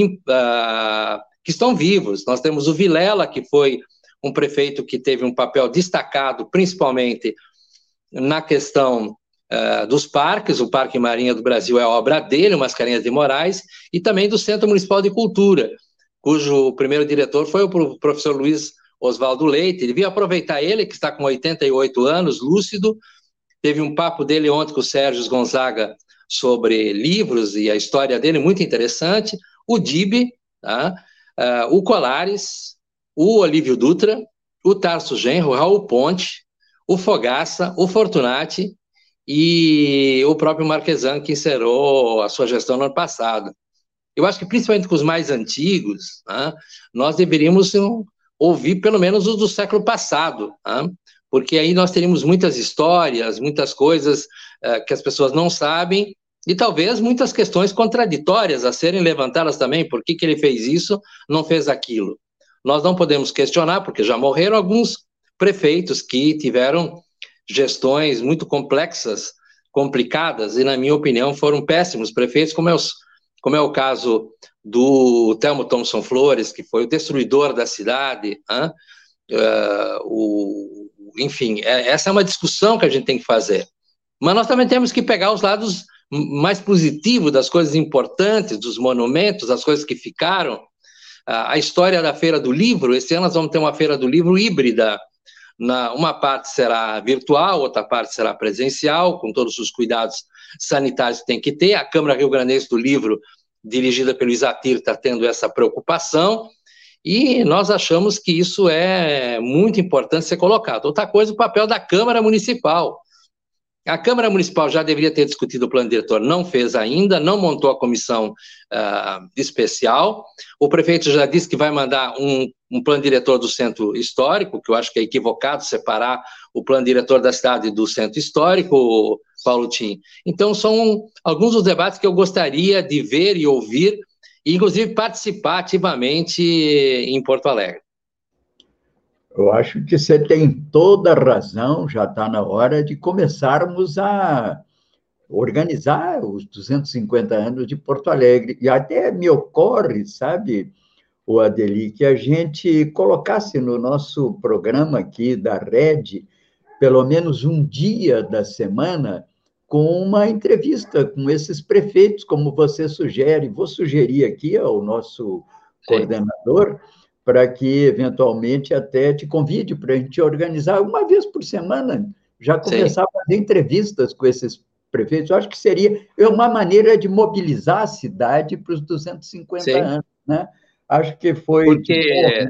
que estão vivos. Nós temos o Vilela, que foi um prefeito que teve um papel destacado, principalmente na questão dos parques. O Parque Marinha do Brasil é obra dele, o Mascarenhas de Moraes, e também do Centro Municipal de Cultura, cujo primeiro diretor foi o professor Luiz Oswaldo Leite. Devia aproveitar ele, que está com 88 anos, lúcido. Teve um papo dele ontem com o Sérgio Gonzaga sobre livros e a história dele, muito interessante. O Dibe, tá? O Colares, o Olívio Dutra, o Tarso Genro, o Raul Ponte, o Fogaça, o Fortunati e o próprio Marquesan, que encerrou a sua gestão no ano passado. Eu acho que, principalmente com os mais antigos, nós deveríamos ouvir pelo menos os do século passado, porque aí nós teríamos muitas histórias, muitas coisas que as pessoas não sabem, e talvez muitas questões contraditórias a serem levantadas também. Por que ele fez isso, não fez aquilo? Nós não podemos questionar, porque já morreram alguns prefeitos que tiveram gestões muito complexas, complicadas, e, na minha opinião, foram péssimos prefeitos, como é o caso do Telmo Thomson Flores, que foi o destruidor da cidade. Enfim, essa é uma discussão que a gente tem que fazer. Mas nós também temos que pegar os lados mais positivos das coisas importantes, dos monumentos, das coisas que ficaram. A história da Feira do Livro, esse ano nós vamos ter uma Feira do Livro híbrida. Uma parte será virtual, outra parte será presencial, com todos os cuidados sanitários que tem que ter. A Câmara Rio Grandense do Livro, dirigida pelo Isatir, está tendo essa preocupação, e nós achamos que isso é muito importante ser colocado. Outra coisa, o papel da Câmara Municipal. A Câmara Municipal já deveria ter discutido o plano diretor, não fez ainda, não montou a comissão especial. O prefeito já disse que vai mandar um plano diretor do centro histórico, que eu acho que é equivocado separar o plano diretor da cidade do centro histórico, Paulo Tim. Então, são alguns dos debates que eu gostaria de ver e ouvir, e inclusive participar ativamente em Porto Alegre. Eu acho que você tem toda a razão, já está na hora de começarmos a organizar os 250 anos de Porto Alegre. E até me ocorre, sabe, o Adeli, que a gente colocasse no nosso programa aqui da Rede, pelo menos um dia da semana, com uma entrevista com esses prefeitos, como você sugere. Vou sugerir aqui ao nosso coordenador, para que, eventualmente, até te convide para a gente organizar uma vez por semana, já começar a fazer entrevistas com esses prefeitos. Eu acho que seria uma maneira de mobilizar a cidade para os 250 anos, né? Acho que foi... Porque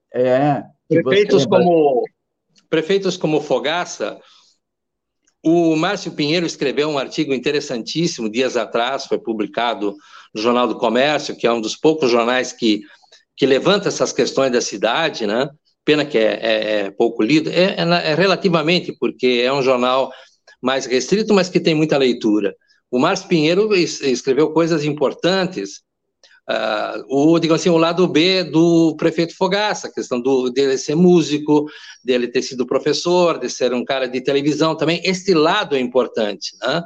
prefeitos como Fogaça, o Márcio Pinheiro escreveu um artigo interessantíssimo dias atrás, foi publicado no Jornal do Comércio, que é um dos poucos jornais que levanta essas questões da cidade, né? Pena que é pouco lido, relativamente, porque é um jornal mais restrito, mas que tem muita leitura. O Márcio Pinheiro escreveu coisas importantes, digamos assim, o lado B do prefeito Fogaça, a questão dele ser músico, dele ter sido professor, de ser um cara de televisão também, este lado é importante, né?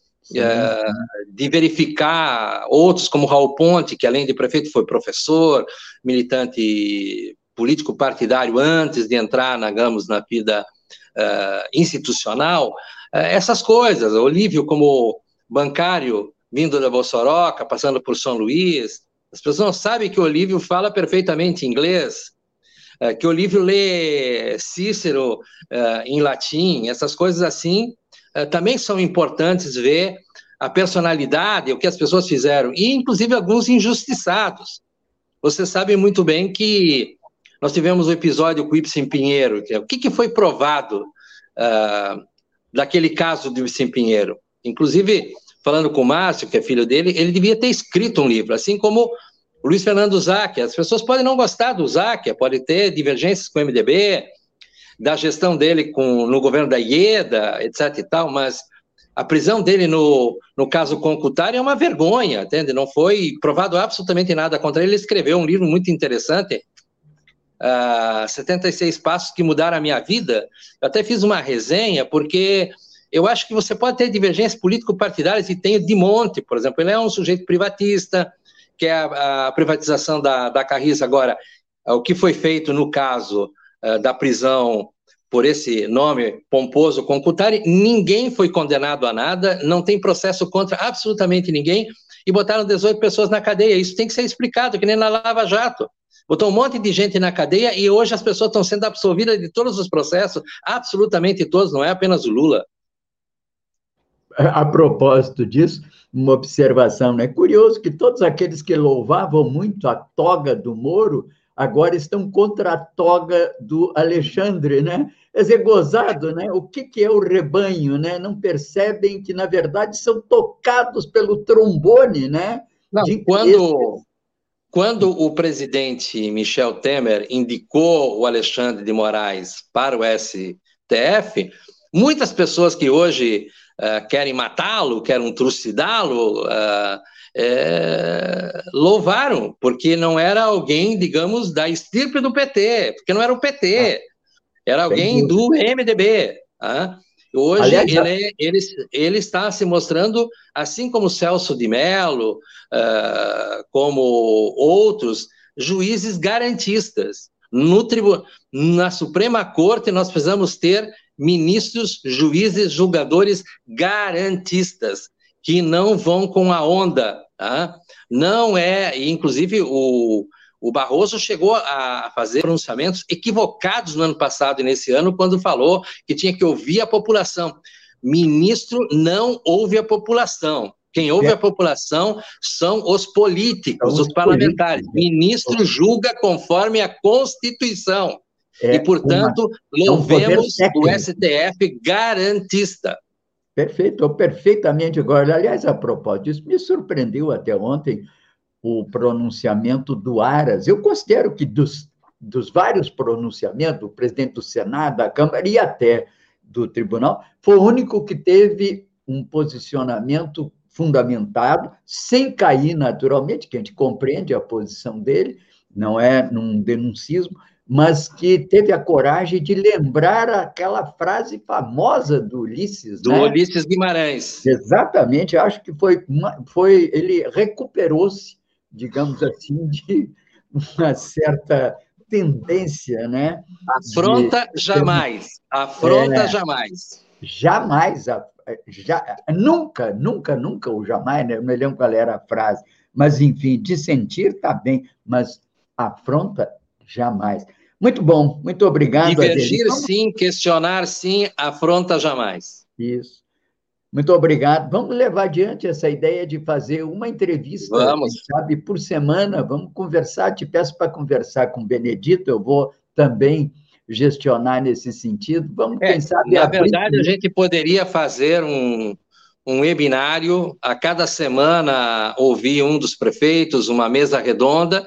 De verificar outros como Raul Ponte, que além de prefeito foi professor, militante político partidário antes de entrar, digamos, na vida institucional, essas coisas. Olívio como bancário vindo da Bossoroca, passando por São Luís, as pessoas não sabem que o Olívio fala perfeitamente inglês, que o Olívio lê Cícero em latim, essas coisas assim, também são importantes ver a personalidade, o que as pessoas fizeram, e inclusive alguns injustiçados. Você sabe muito bem que nós tivemos o episódio com o Ibsen Pinheiro, o que foi provado daquele caso do Ibsen Pinheiro. Inclusive, falando com o Márcio, que é filho dele, ele devia ter escrito um livro, assim como o Luiz Fernando Záquia. As pessoas podem não gostar do Záquia, podem ter divergências com o MDB, da gestão dele no governo da Ieda, etc. e tal, mas a prisão dele no caso Concutari é uma vergonha, entende? Não foi provado absolutamente nada contra ele. Ele escreveu um livro muito interessante, 76 Passos que Mudaram a Minha Vida. Eu até fiz uma resenha, porque eu acho que você pode ter divergências político-partidárias, e tem de monte. Por exemplo, ele é um sujeito privatista, que é a privatização da Carris. Agora, o que foi feito no caso da prisão por esse nome pomposo Concutari, ninguém foi condenado a nada, não tem processo contra absolutamente ninguém, e botaram 18 pessoas na cadeia. Isso tem que ser explicado, que nem na Lava Jato. Botou um monte de gente na cadeia e hoje as pessoas estão sendo absolvidas de todos os processos, absolutamente todos, não é apenas o Lula. A propósito disso, uma observação, né? Curioso que todos aqueles que louvavam muito a toga do Moro agora estão contra a toga do Alexandre, né? Quer dizer, gozado, né? O que é o rebanho, né? Não percebem que, na verdade, são tocados pelo trombone, né? Não, quando o presidente Michel Temer indicou o Alexandre de Moraes para o STF, muitas pessoas que hoje querem matá-lo, querem trucidá-lo, louvaram, porque não era alguém, digamos, da estirpe do PT, porque não era o PT, era alguém do MDB. Hoje, aliás, ele está se mostrando, assim como Celso de Mello, como outros juízes garantistas. Na Suprema Corte, nós precisamos ter ministros, juízes, julgadores garantistas, que não vão com a onda. Não é, inclusive o Barroso chegou a fazer pronunciamentos equivocados no ano passado e nesse ano, quando falou que tinha que ouvir a população. Ministro não ouve a população. Quem ouve a população são os políticos, os parlamentares. Ministro julga conforme a Constituição. E, portanto, louvemos o STF garantista. Perfeito, perfeitamente agora. Aliás, a propósito disso, me surpreendeu até ontem o pronunciamento do Aras. Eu considero que dos vários pronunciamentos, do presidente do Senado, da Câmara e até do Tribunal, foi o único que teve um posicionamento fundamentado, sem cair naturalmente, que a gente compreende a posição dele, não é num denuncismo, mas que teve a coragem de lembrar aquela frase famosa do Ulisses. Do Ulisses Guimarães. Exatamente, acho que ele recuperou-se, digamos assim, de uma certa tendência, né? Afronta jamais, afronta jamais. Jamais, nunca o jamais, né? Eu não lembro qual era a frase, mas, enfim, dissentir está bem, mas afronta jamais. Muito bom, muito obrigado. Divergir sim, questionar sim, afronta jamais. Isso. Muito obrigado. Vamos levar adiante essa ideia de fazer uma entrevista, sabe, por semana. Vamos conversar. Te peço para conversar com o Benedito. Eu vou também gestionar nesse sentido. Vamos, quem sabe... Na verdade, a gente poderia fazer um webinário, a cada semana ouvir um dos prefeitos, uma mesa redonda,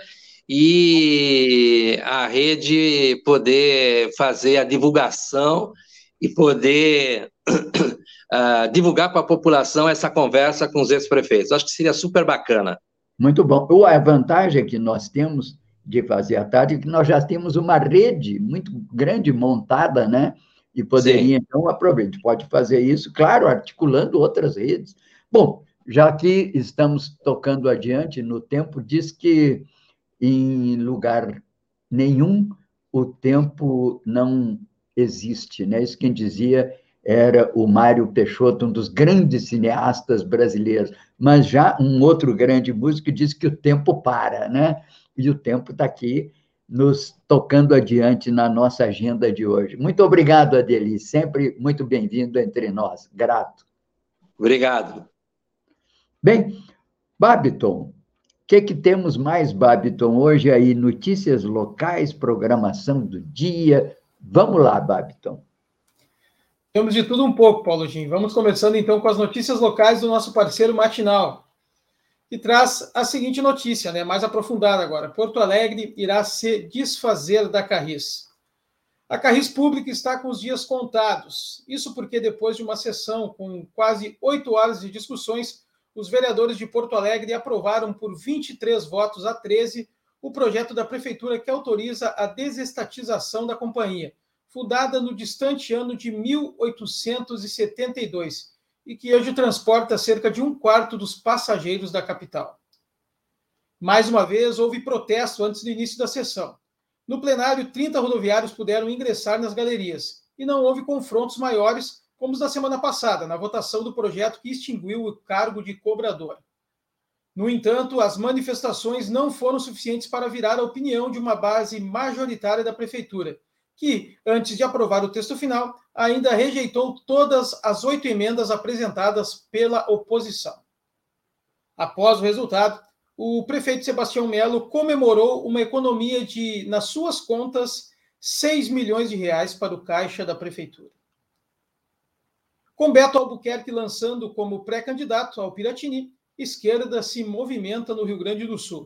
e a rede poder fazer a divulgação e poder divulgar para a população essa conversa com os ex-prefeitos. Acho que seria super bacana. Muito bom. A vantagem que nós temos de fazer à tarde é que nós já temos uma rede muito grande montada, né? E poderia, então, aproveitar. A gente pode fazer isso, claro, articulando outras redes. Bom, já que estamos tocando adiante no tempo, diz que em lugar nenhum o tempo não existe, né? Isso quem dizia era o Mário Peixoto, um dos grandes cineastas brasileiros, mas já um outro grande músico disse que o tempo para, né? E o tempo está aqui nos tocando adiante na nossa agenda de hoje. Muito obrigado, Adeli, sempre muito bem-vindo entre nós, grato. Obrigado. Bem, Babiton, o que temos mais, Babiton, hoje aí? Notícias locais, programação do dia. Vamos lá, Babiton. Temos de tudo um pouco, Paulo Gim. Vamos começando então com as notícias locais do nosso parceiro Matinal, que traz a seguinte notícia, né, mais aprofundada agora. Porto Alegre irá se desfazer da Carris. A Carris Pública está com os dias contados. Isso porque depois de uma sessão com quase 8 horas de discussões, os vereadores de Porto Alegre aprovaram por 23 votos a 13 o projeto da prefeitura que autoriza a desestatização da companhia, fundada no distante ano de 1872, e que hoje transporta cerca de 1/4 dos passageiros da capital. Mais uma vez, houve protesto antes do início da sessão. No plenário, 30 rodoviários puderam ingressar nas galerias, e não houve confrontos maiores, como os da semana passada, na votação do projeto que extinguiu o cargo de cobrador. No entanto, as manifestações não foram suficientes para virar a opinião de uma base majoritária da prefeitura, que, antes de aprovar o texto final, ainda rejeitou todas as 8 emendas apresentadas pela oposição. Após o resultado, o prefeito Sebastião Melo comemorou uma economia de, nas suas contas, 6 milhões de reais para o caixa da prefeitura. Com Beto Albuquerque lançando como pré-candidato ao Piratini, esquerda se movimenta no Rio Grande do Sul.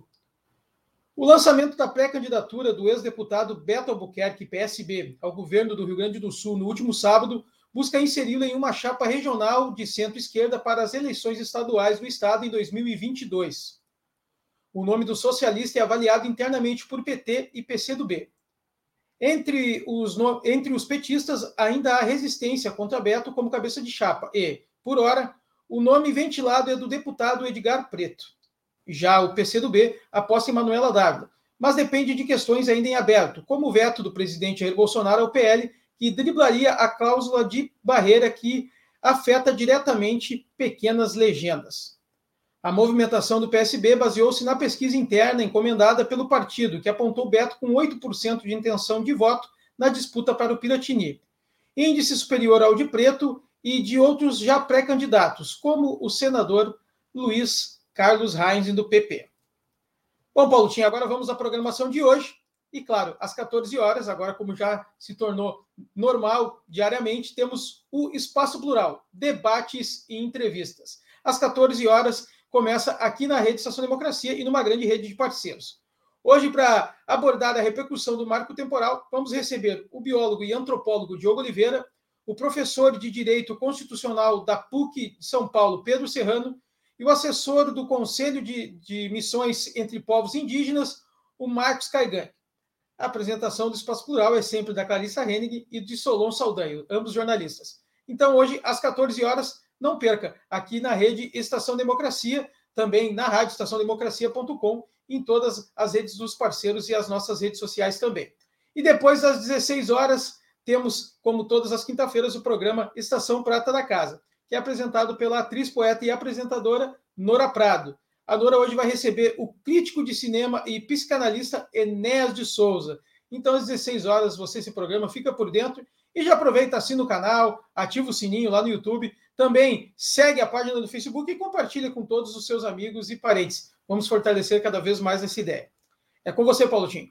O lançamento da pré-candidatura do ex-deputado Beto Albuquerque, PSB, ao governo do Rio Grande do Sul no último sábado, busca inseri-lo em uma chapa regional de centro-esquerda para as eleições estaduais do estado em 2022. O nome do socialista é avaliado internamente por PT e PCdoB. Entre os petistas, ainda há resistência contra Beto como cabeça de chapa e, por ora, o nome ventilado é do deputado Edgar Preto. Já o PCdoB aposta em Manuela Dávila, mas depende de questões ainda em aberto, como o veto do presidente Jair Bolsonaro ao PL, que driblaria a cláusula de barreira que afeta diretamente pequenas legendas. A movimentação do PSB baseou-se na pesquisa interna encomendada pelo partido, que apontou Beto com 8% de intenção de voto na disputa para o Piratini, índice superior ao de Preto e de outros já pré-candidatos, como o senador Luiz Carlos Reins, do PP. Bom, Paulo Tim, agora vamos à programação de hoje. E, claro, às 14 horas, agora como já se tornou normal diariamente, temos o Espaço Plural, debates e entrevistas. Às 14 horas, começa aqui na Rede Estação Democracia e numa grande rede de parceiros. Hoje, para abordar a repercussão do marco temporal, vamos receber o biólogo e antropólogo Diogo Oliveira, o professor de Direito Constitucional da PUC de São Paulo, Pedro Serrano, e o assessor do Conselho de Missões entre Povos Indígenas, o Marcos Caigan. A apresentação do Espaço Plural é sempre da Clarissa Hennig e de Solon Saldanha, ambos jornalistas. Então, hoje, às 14 horas, não perca, aqui na Rede Estação Democracia, também na rádio estaçãodemocracia.com, em todas as redes dos parceiros e as nossas redes sociais também. E depois, às 16 horas, temos, como todas as quinta-feiras, o programa Estação Prata da Casa, que é apresentado pela atriz, poeta e apresentadora Nora Prado. A Nora hoje vai receber o crítico de cinema e psicanalista Enéas de Souza. Então, às 16 horas, você esse programa fica por dentro e já aproveita, assina o canal, ativa o sininho lá no YouTube. Também segue a página do Facebook e compartilha com todos os seus amigos e parentes. Vamos fortalecer cada vez mais essa ideia. É com você, Paulo Tim.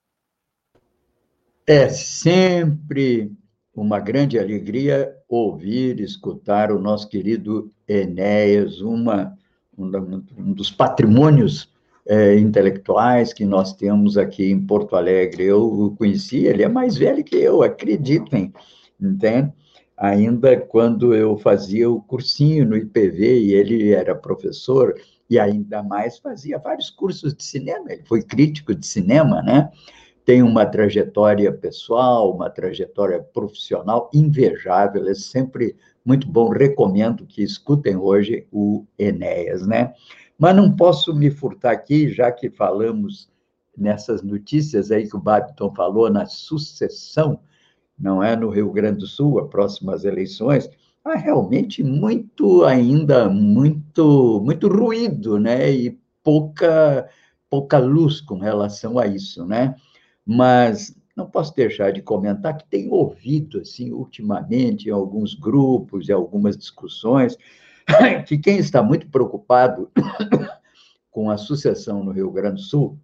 É sempre uma grande alegria ouvir, escutar o nosso querido Enéas, um dos patrimônios intelectuais que nós temos aqui em Porto Alegre. Eu o conheci, ele é mais velho que eu, acreditem, entende? Ainda quando eu fazia o cursinho no IPV e ele era professor, e ainda mais fazia vários cursos de cinema, ele foi crítico de cinema, né? Tem uma trajetória pessoal, uma trajetória profissional invejável, é sempre muito bom, recomendo que escutem hoje o Enéas, né? Mas não posso me furtar aqui, já que falamos nessas notícias aí que o Babiton falou, na sucessão, não é, no Rio Grande do Sul, as próximas eleições, há realmente muito ruído, né? E pouca luz com relação a isso, né? Mas não posso deixar de comentar que tenho ouvido, assim, ultimamente, em alguns grupos, em algumas discussões, que quem está muito preocupado com a sucessão no Rio Grande do Sul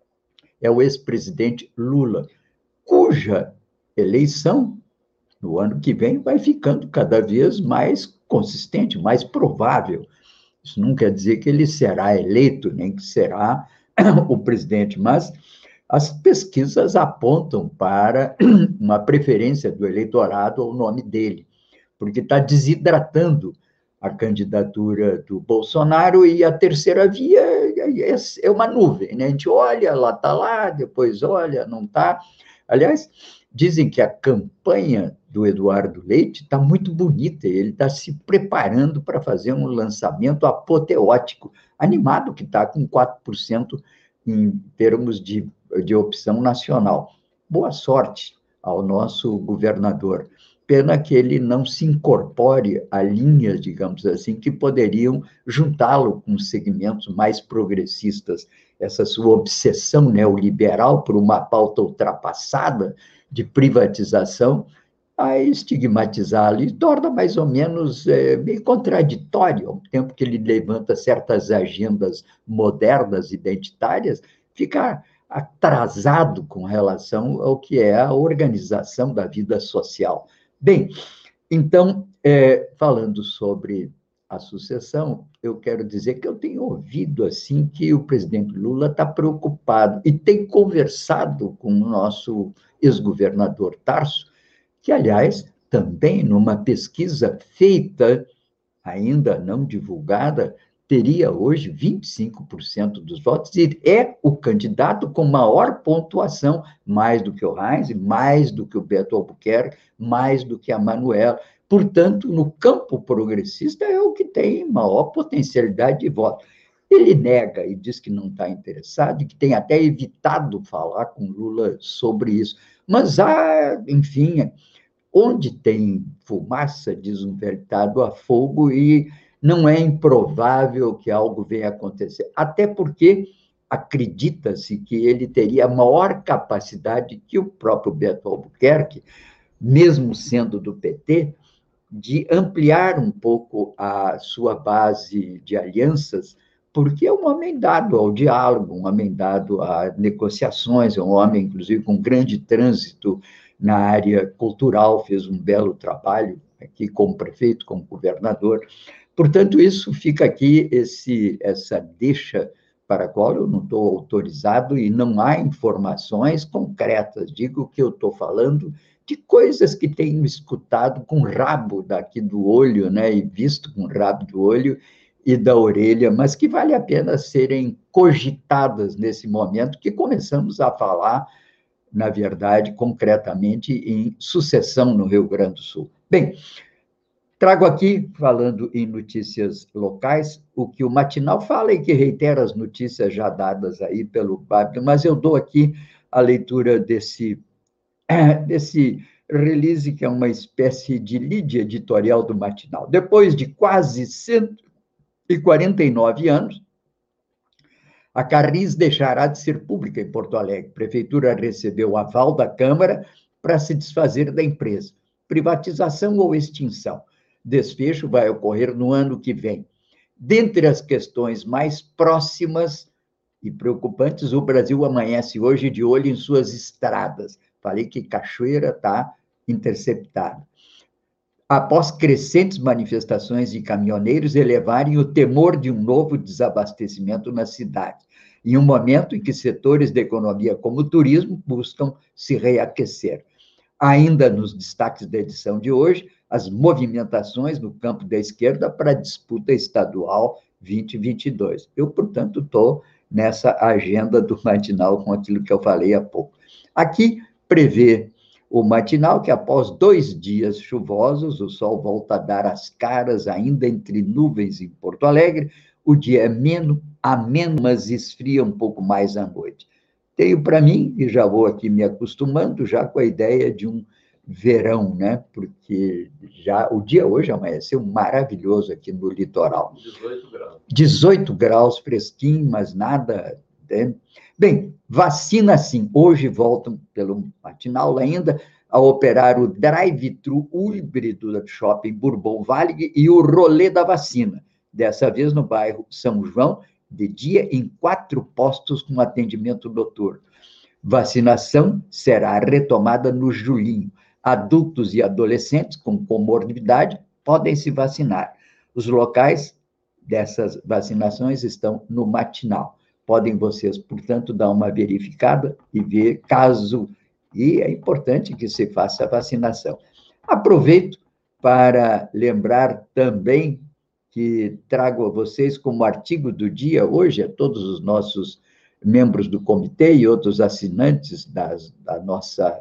é o ex-presidente Lula, cuja eleição no ano que vem vai ficando cada vez mais consistente, mais provável. Isso não quer dizer que ele será eleito, nem que será o presidente, mas as pesquisas apontam para uma preferência do eleitorado ao nome dele, porque está desidratando a candidatura do Bolsonaro e a terceira via é uma nuvem, né? A gente olha, lá está lá, depois olha, não está. Aliás, dizem que a campanha do Eduardo Leite está muito bonita, ele está se preparando para fazer um lançamento apoteótico, animado que está com 4% em termos de opção nacional. Boa sorte ao nosso governador. Pena que ele não se incorpore a linhas, digamos assim, que poderiam juntá-lo com segmentos mais progressistas. Essa sua obsessão neoliberal por uma pauta ultrapassada de privatização, a estigmatizá-lo e torna mais ou menos meio contraditório, ao tempo que ele levanta certas agendas modernas, identitárias, fica atrasado com relação ao que é a organização da vida social. Bem, então, falando sobre a sucessão, eu quero dizer que eu tenho ouvido assim que o presidente Lula está preocupado e tem conversado com o nosso ex-governador Tarso, que, aliás, também numa pesquisa feita, ainda não divulgada, teria hoje 25% dos votos e é o candidato com maior pontuação, mais do que o Heinz, mais do que o Beto Albuquerque, mais do que a Manuela. Portanto, no campo progressista é o que tem maior potencialidade de voto. Ele nega e diz que não está interessado e que tem até evitado falar com Lula sobre isso. Mas há, enfim, onde tem fumaça, diz um velho ditado, há fogo, e não é improvável que algo venha a acontecer. Até porque acredita-se que ele teria maior capacidade que o próprio Beto Albuquerque, mesmo sendo do PT, de ampliar um pouco a sua base de alianças, porque é um homem dado ao diálogo, um homem dado a negociações, é um homem, inclusive, com grande trânsito na área cultural, fez um belo trabalho aqui como prefeito, como governador. Portanto, isso fica aqui, essa deixa para a qual eu não estou autorizado e não há informações concretas. Digo que eu estou falando de coisas que tenho escutado com rabo daqui do olho, né, e visto com rabo do olho e da orelha, mas que vale a pena serem cogitadas nesse momento que começamos a falar, na verdade, concretamente, em sucessão no Rio Grande do Sul. Bem, trago aqui, falando em notícias locais, o que o Matinal fala e que reitera as notícias já dadas aí pelo Babiton, mas eu dou aqui a leitura desse release, que é uma espécie de lead editorial do Matinal. Depois de quase 149 anos, a Carris deixará de ser pública em Porto Alegre. A prefeitura recebeu o aval da Câmara para se desfazer da empresa. Privatização ou extinção? Desfecho vai ocorrer no ano que vem. Dentre as questões mais próximas e preocupantes, o Brasil amanhece hoje de olho em suas estradas. Falei que Cachoeira está interceptada. Após crescentes manifestações de caminhoneiros elevarem o temor de um novo desabastecimento na cidade, em um momento em que setores da economia como o turismo buscam se reaquecer. Ainda nos destaques da edição de hoje, as movimentações no campo da esquerda para a disputa estadual 2022. Eu, portanto, estou nessa agenda do Matinal com aquilo que eu falei há pouco. Aqui prevê o Matinal que, após 2 dias chuvosos, o sol volta a dar as caras ainda entre nuvens em Porto Alegre. O dia é ameno, mas esfria um pouco mais à noite. Tenho para mim, e já vou aqui me acostumando, já com a ideia de um verão, né? Porque já o dia hoje amanheceu maravilhoso aqui no litoral. 18 graus. 18 graus, fresquinho, mas nada... Né? Bem, vacina sim. Hoje voltam, pelo matinal ainda, a operar o drive-thru híbrido do Shopping Bourbon Valley e o rolê da vacina. Dessa vez no bairro São João, de dia em 4 postos com atendimento noturno. Vacinação será retomada no Julinho. Adultos e adolescentes com comorbidade podem se vacinar. Os locais dessas vacinações estão no matinal. Podem vocês, portanto, dar uma verificada e ver caso... E é importante que se faça a vacinação. Aproveito para lembrar também que trago a vocês como artigo do dia, hoje, a todos os nossos membros do comitê e outros assinantes da nossa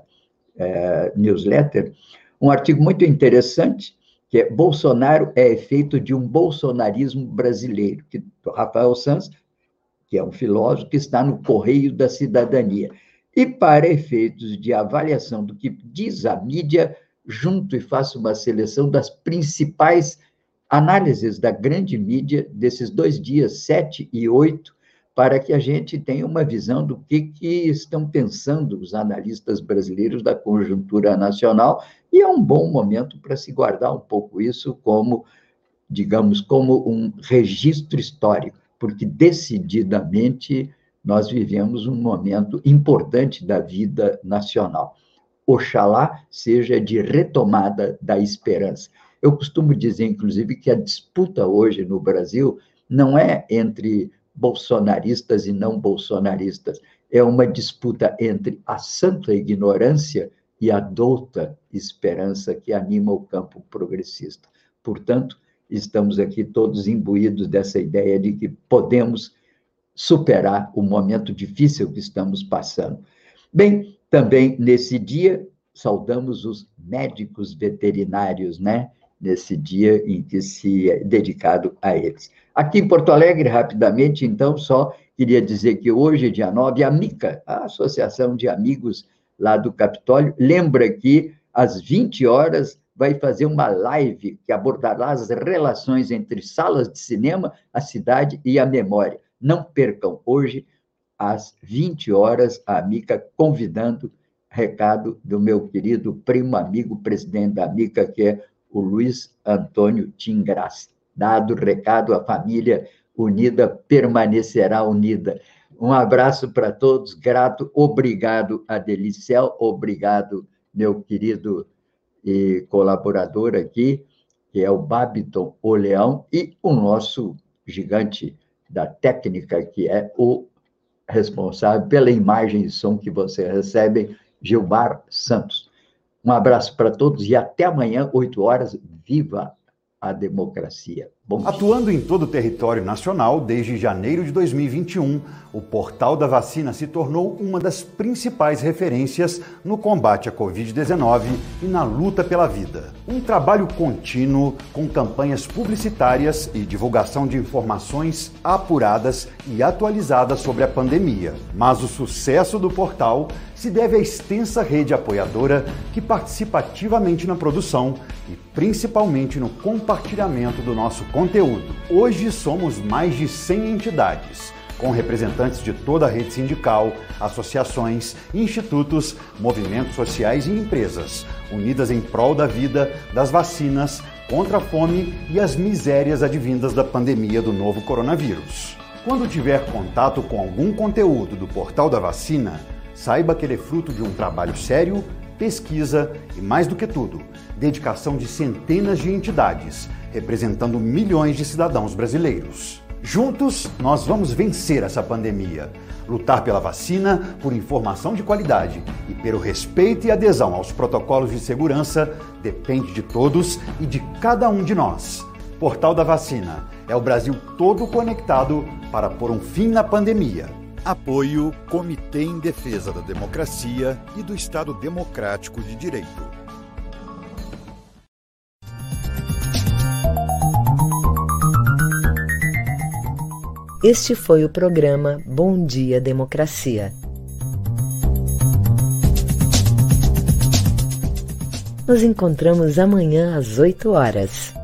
newsletter, um artigo muito interessante, que é Bolsonaro é efeito de um bolsonarismo brasileiro, que do Rafael Sanz, que é um filósofo que está no Correio da Cidadania. E para efeitos de avaliação do que diz a mídia, junto e faço uma seleção das principais análises da grande mídia desses 2 dias, 7 e 8, para que a gente tenha uma visão do que estão pensando os analistas brasileiros da conjuntura nacional, e é um bom momento para se guardar um pouco isso como, digamos, como um registro histórico, porque decididamente nós vivemos um momento importante da vida nacional. Oxalá seja de retomada da esperança. Eu costumo dizer, inclusive, que a disputa hoje no Brasil não é entre bolsonaristas e não bolsonaristas, é uma disputa entre a santa ignorância e a douta esperança que anima o campo progressista. Portanto, estamos aqui todos imbuídos dessa ideia de que podemos superar o momento difícil que estamos passando. Bem, também nesse dia, saudamos os médicos veterinários, né? Nesse dia em que se é dedicado a eles. Aqui em Porto Alegre, rapidamente, então, só queria dizer que hoje, dia 9, a AMICA, a Associação de Amigos lá do Capitólio, lembra que às 20 horas vai fazer uma live que abordará as relações entre salas de cinema, a cidade e a memória. Não percam, hoje, às 20 horas, a AMICA convidando, recado do meu querido primo amigo, presidente da AMICA, que é o Luiz Antônio Tingrassi. Dado o recado, a família unida permanecerá unida. Um abraço para todos, grato, obrigado, Adelicel, obrigado, meu querido e colaborador aqui, que é o Babiton Oleão, e o nosso gigante da técnica, que é o responsável pela imagem e som que vocês recebem, Gilmar Santos. Um abraço para todos e até amanhã, 8 horas. Viva a democracia. Bom dia. Atuando em todo o território nacional desde janeiro de 2021, o Portal da Vacina se tornou uma das principais referências no combate à Covid-19 e na luta pela vida. Um trabalho contínuo com campanhas publicitárias e divulgação de informações apuradas e atualizadas sobre a pandemia. Mas o sucesso do portal se deve à extensa rede apoiadora que participa ativamente na produção e principalmente no compartilhamento do nosso conteúdo. Hoje somos mais de 100 entidades, com representantes de toda a rede sindical, associações, institutos, movimentos sociais e empresas, unidas em prol da vida, das vacinas, contra a fome e as misérias advindas da pandemia do novo coronavírus. Quando tiver contato com algum conteúdo do Portal da Vacina, saiba que ele é fruto de um trabalho sério, pesquisa e, mais do que tudo, dedicação de centenas de entidades, representando milhões de cidadãos brasileiros. Juntos, nós vamos vencer essa pandemia, lutar pela vacina, por informação de qualidade e pelo respeito e adesão aos protocolos de segurança depende de todos e de cada um de nós. Portal da Vacina é o Brasil todo conectado para pôr um fim na pandemia. Apoio Comitê em Defesa da Democracia e do Estado Democrático de Direito. Este foi o programa Bom Dia Democracia. Nos encontramos amanhã às 8 horas.